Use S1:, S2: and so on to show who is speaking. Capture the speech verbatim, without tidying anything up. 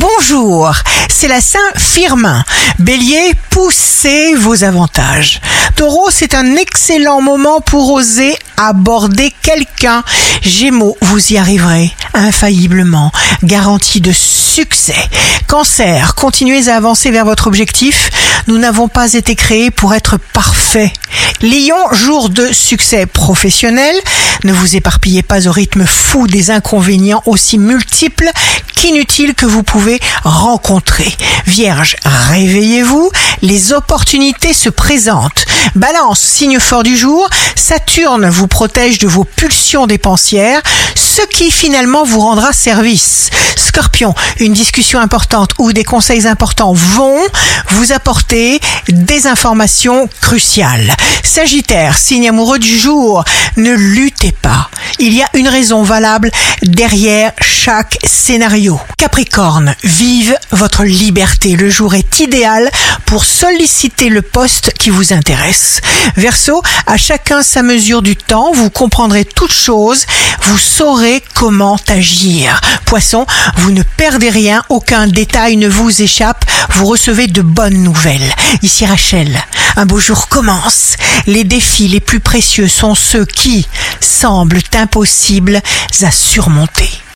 S1: bonjour, c'est la Saint-Firmin. Bélier, poussez vos avantages. Taureau, c'est un excellent moment pour oser aborder quelqu'un. Gémeaux, vous y arriverez infailliblement, garantie de succès. Cancer, continuez à avancer vers votre objectif. Nous n'avons pas été créés pour être parfaits. Lion, jour de succès professionnel. Ne vous éparpillez pas au rythme fou des inconvénients aussi multiples qu'inutiles que vous pouvez rencontrer. Vierge, réveillez-vous, les opportunités se présentent. Balance, signe fort du jour, Saturne vous protège de vos pulsions dépensières, ce qui finalement vous rendra service. Scorpion, une discussion importante ou des conseils importants vont vous apporter des informations cruciales. Sagittaire, signe amoureux du jour, ne luttez pas. Il y a une raison valable derrière chaque scénario. Capricorne, vive votre liberté. Le jour est idéal pour solliciter le poste qui vous intéresse. Verseau, à chacun sa mesure du temps, vous comprendrez toute chose, vous saurez comment agir. Poisson, vous ne perdez rien, aucun détail ne vous échappe, vous recevez de bonnes nouvelles. Ici Rachel, un beau jour commence. Les défis les plus précieux sont ceux qui semblent impossibles à surmonter.